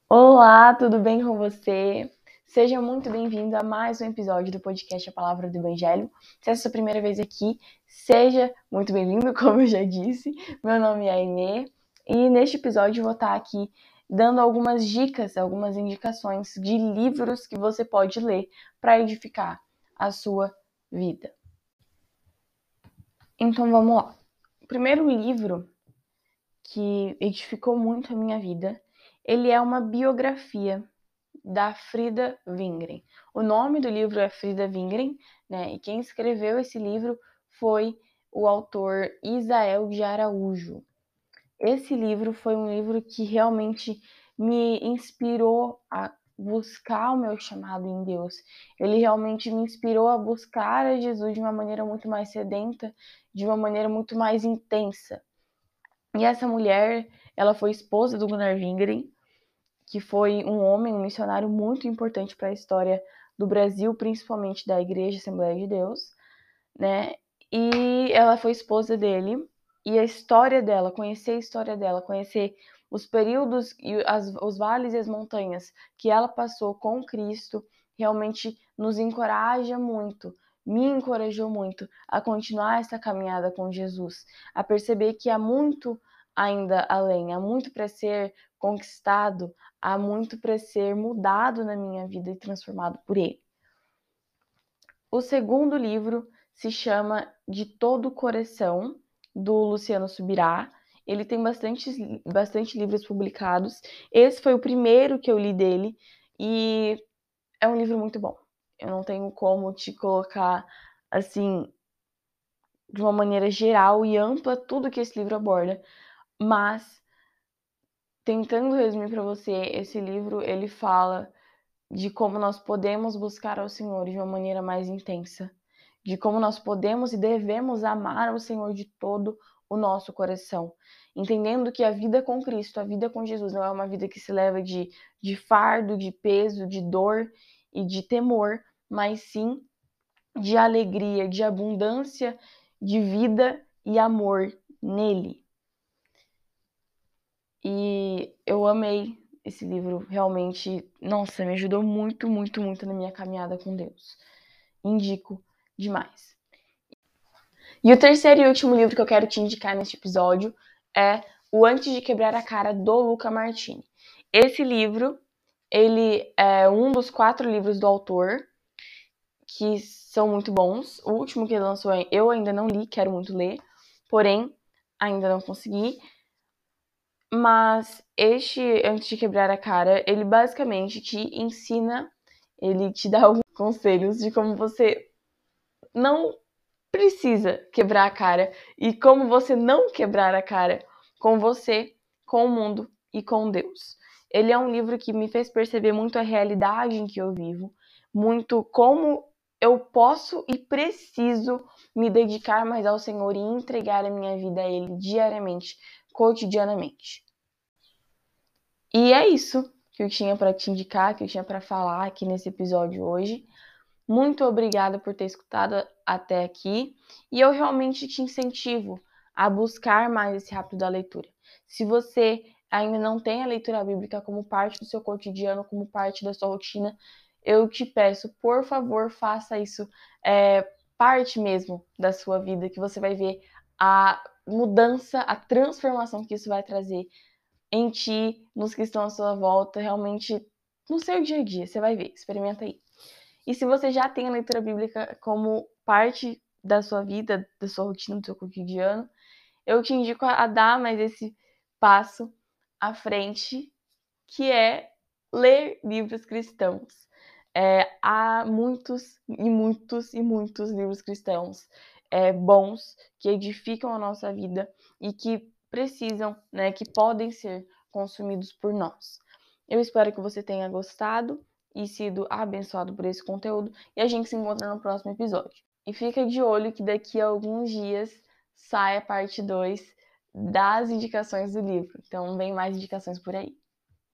Olá, tudo bem com você? Seja muito bem-vindo a mais um episódio do podcast A Palavra do Evangelho. Se essa é a sua primeira vez aqui, seja muito bem-vindo, como eu já disse. Meu nome é Aimee e neste episódio eu vou estar aqui dando algumas dicas, algumas indicações de livros que você pode ler para edificar a sua vida. Então vamos lá. O primeiro livro que edificou muito a minha vida, ele é uma biografia da Frida Wingren. O nome do livro é Frida Wingren, né? E quem escreveu esse livro foi o autor Isael de Araújo. Esse livro foi um livro que realmente me inspirou a buscar o meu chamado em Deus. Ele realmente me inspirou a buscar a Jesus de uma maneira muito mais sedenta, de uma maneira muito mais intensa. E essa mulher, ela foi esposa do Gunnar Wingren, que foi um homem, um missionário muito importante para a história do Brasil, principalmente da Igreja Assembleia de Deus, né? E ela foi esposa dele, e a história dela, conhecer os períodos e os vales e as montanhas que ela passou com Cristo, realmente nos encoraja muito, me encorajou muito a continuar essa caminhada com Jesus, a perceber que há muito ainda além, há muito para ser conquistado, há muito para ser mudado na minha vida e transformado por ele. O segundo livro se chama De Todo o Coração, do Luciano Subirá. Ele tem bastante livros publicados. Esse foi o primeiro que eu li dele e é um livro muito bom. Eu não tenho como te colocar, assim, de uma maneira geral e ampla tudo que esse livro aborda, mas tentando resumir para você, esse livro ele fala de como nós podemos buscar ao Senhor de uma maneira mais intensa, de como nós podemos e devemos amar ao Senhor de todo o nosso coração, entendendo que a vida com Cristo, a vida com Jesus não é uma vida que se leva de fardo, de peso, de dor e de temor, mas sim de alegria, de abundância, de vida e amor nele. E eu amei esse livro, realmente, nossa, me ajudou muito, muito, muito na minha caminhada com Deus. Indico demais. E o terceiro e último livro que eu quero te indicar neste episódio é O Antes de Quebrar a Cara, do Luca Martini. Esse livro, ele é um dos 4 livros do autor, que são muito bons. O último que ele lançou eu ainda não li, quero muito ler, porém, ainda não consegui. Mas este Antes de Quebrar a Cara, ele basicamente te ensina, ele te dá alguns conselhos de como você não precisa quebrar a cara e como você não quebrar a cara com você, com o mundo e com Deus. Ele é um livro que me fez perceber muito a realidade em que eu vivo, muito como eu posso e preciso me dedicar mais ao Senhor e entregar a minha vida a Ele diariamente, cotidianamente. E é isso que eu tinha para te indicar, que eu tinha para falar aqui nesse episódio hoje. Muito obrigada por ter escutado até aqui e eu realmente te incentivo a buscar mais esse hábito da leitura. Se você ainda não tem a leitura bíblica como parte do seu cotidiano, como parte da sua rotina, eu te peço, por favor, faça isso parte mesmo da sua vida, que você vai ver a mudança, a transformação que isso vai trazer em ti, nos que estão à sua volta, realmente no seu dia a dia. Você vai ver, experimenta aí. E se você já tem a leitura bíblica como parte da sua vida, da sua rotina, do seu cotidiano, eu te indico a dar mais esse passo à frente, que é ler livros cristãos. Há muitos e muitos e muitos livros cristãos bons, que edificam a nossa vida e que precisam, né, que podem ser consumidos por nós. Eu espero que você tenha gostado e sido abençoado por esse conteúdo e a gente se encontra no próximo episódio. E fica de olho que daqui a alguns dias sai a parte 2 das indicações do livro. Então, vem mais indicações por aí.